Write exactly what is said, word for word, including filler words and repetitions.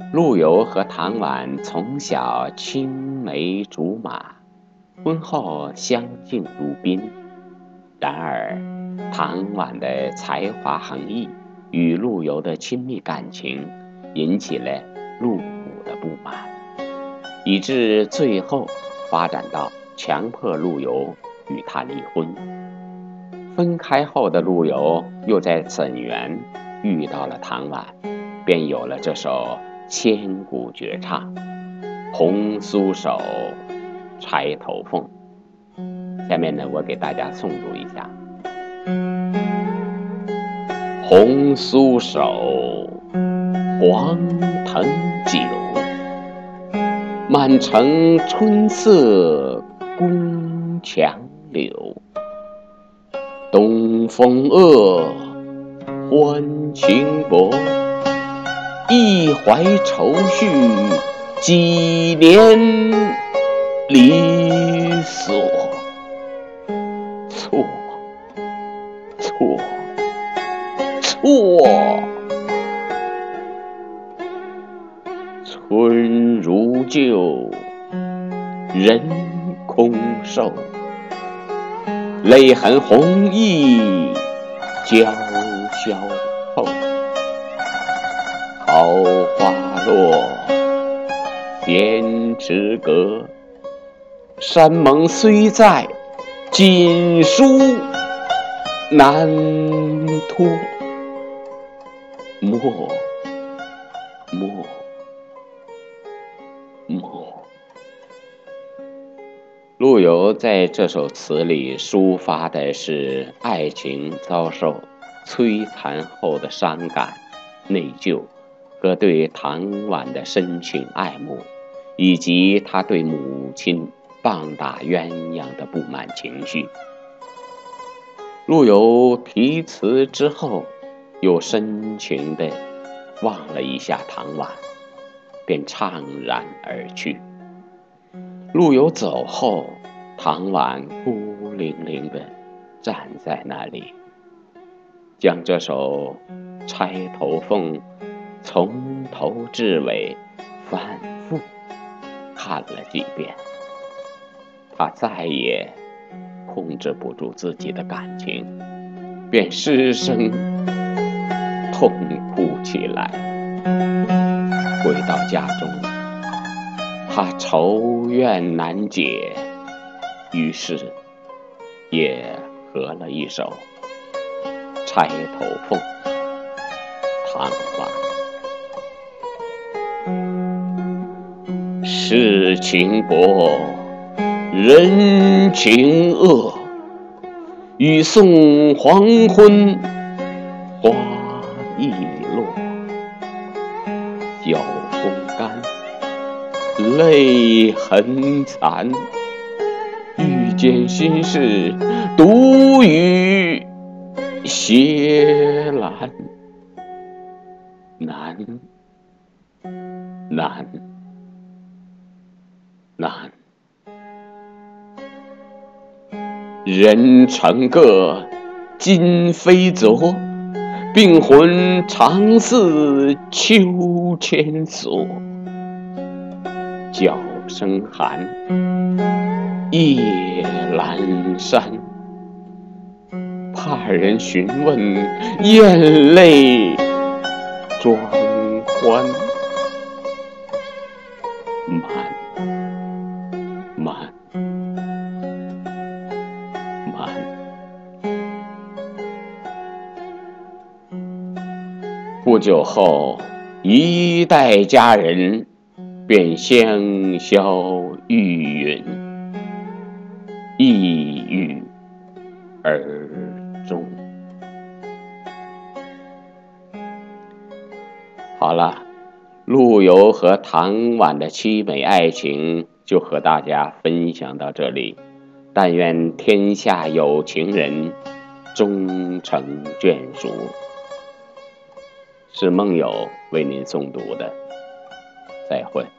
陆游和唐婉从小青梅竹马，婚后相敬如宾。然而，唐婉的才华横溢与陆游的亲密感情，引起了陆母的不满，以致最后发展到强迫陆游与他离婚。分开后的陆游又在沈园遇到了唐婉，便有了这首千古绝唱《红酥手·钗头凤》。下面呢，我给大家诵读一下：红酥手，黄藤酒，满城春色宫墙柳。东风恶，欢情薄，一怀愁绪，几年离索。错，错，错！春如旧，人空瘦，泪痕红浥鲛绡透。桃花落，闲池阁，山盟虽在，锦书难托。莫，莫，莫。陆游在这首词里抒发的是爱情遭受摧残后的伤感、内疚，和对唐婉的深情爱慕，以及他对母亲棒打鸳鸯的不满情绪。陆游题词之后，又深情地望了一下唐婉，便怅然而去。陆游走后，唐婉孤零零地站在那里，将这首《钗头凤》从头至尾反复看了几遍。他再也控制不住自己的感情，便失声痛哭起来。回到家中，他愁怨难解，于是也合了一首《钗头凤》。唐婉：世情薄，人情恶，雨送黄昏花易落。晓风干，泪痕残，欲笺心事，独语斜阑。难，难，难。人成各，今非昨，病魂常似秋千索。角声寒，夜阑珊，怕人询问，咽泪装欢。慢，慢，慢。不久后，一代佳人便香消玉殒，抑郁而终。好了，陆游和唐婉的凄美爱情就和大家分享到这里。但愿天下有情人终成眷属。是梦友为您诵读的，再会。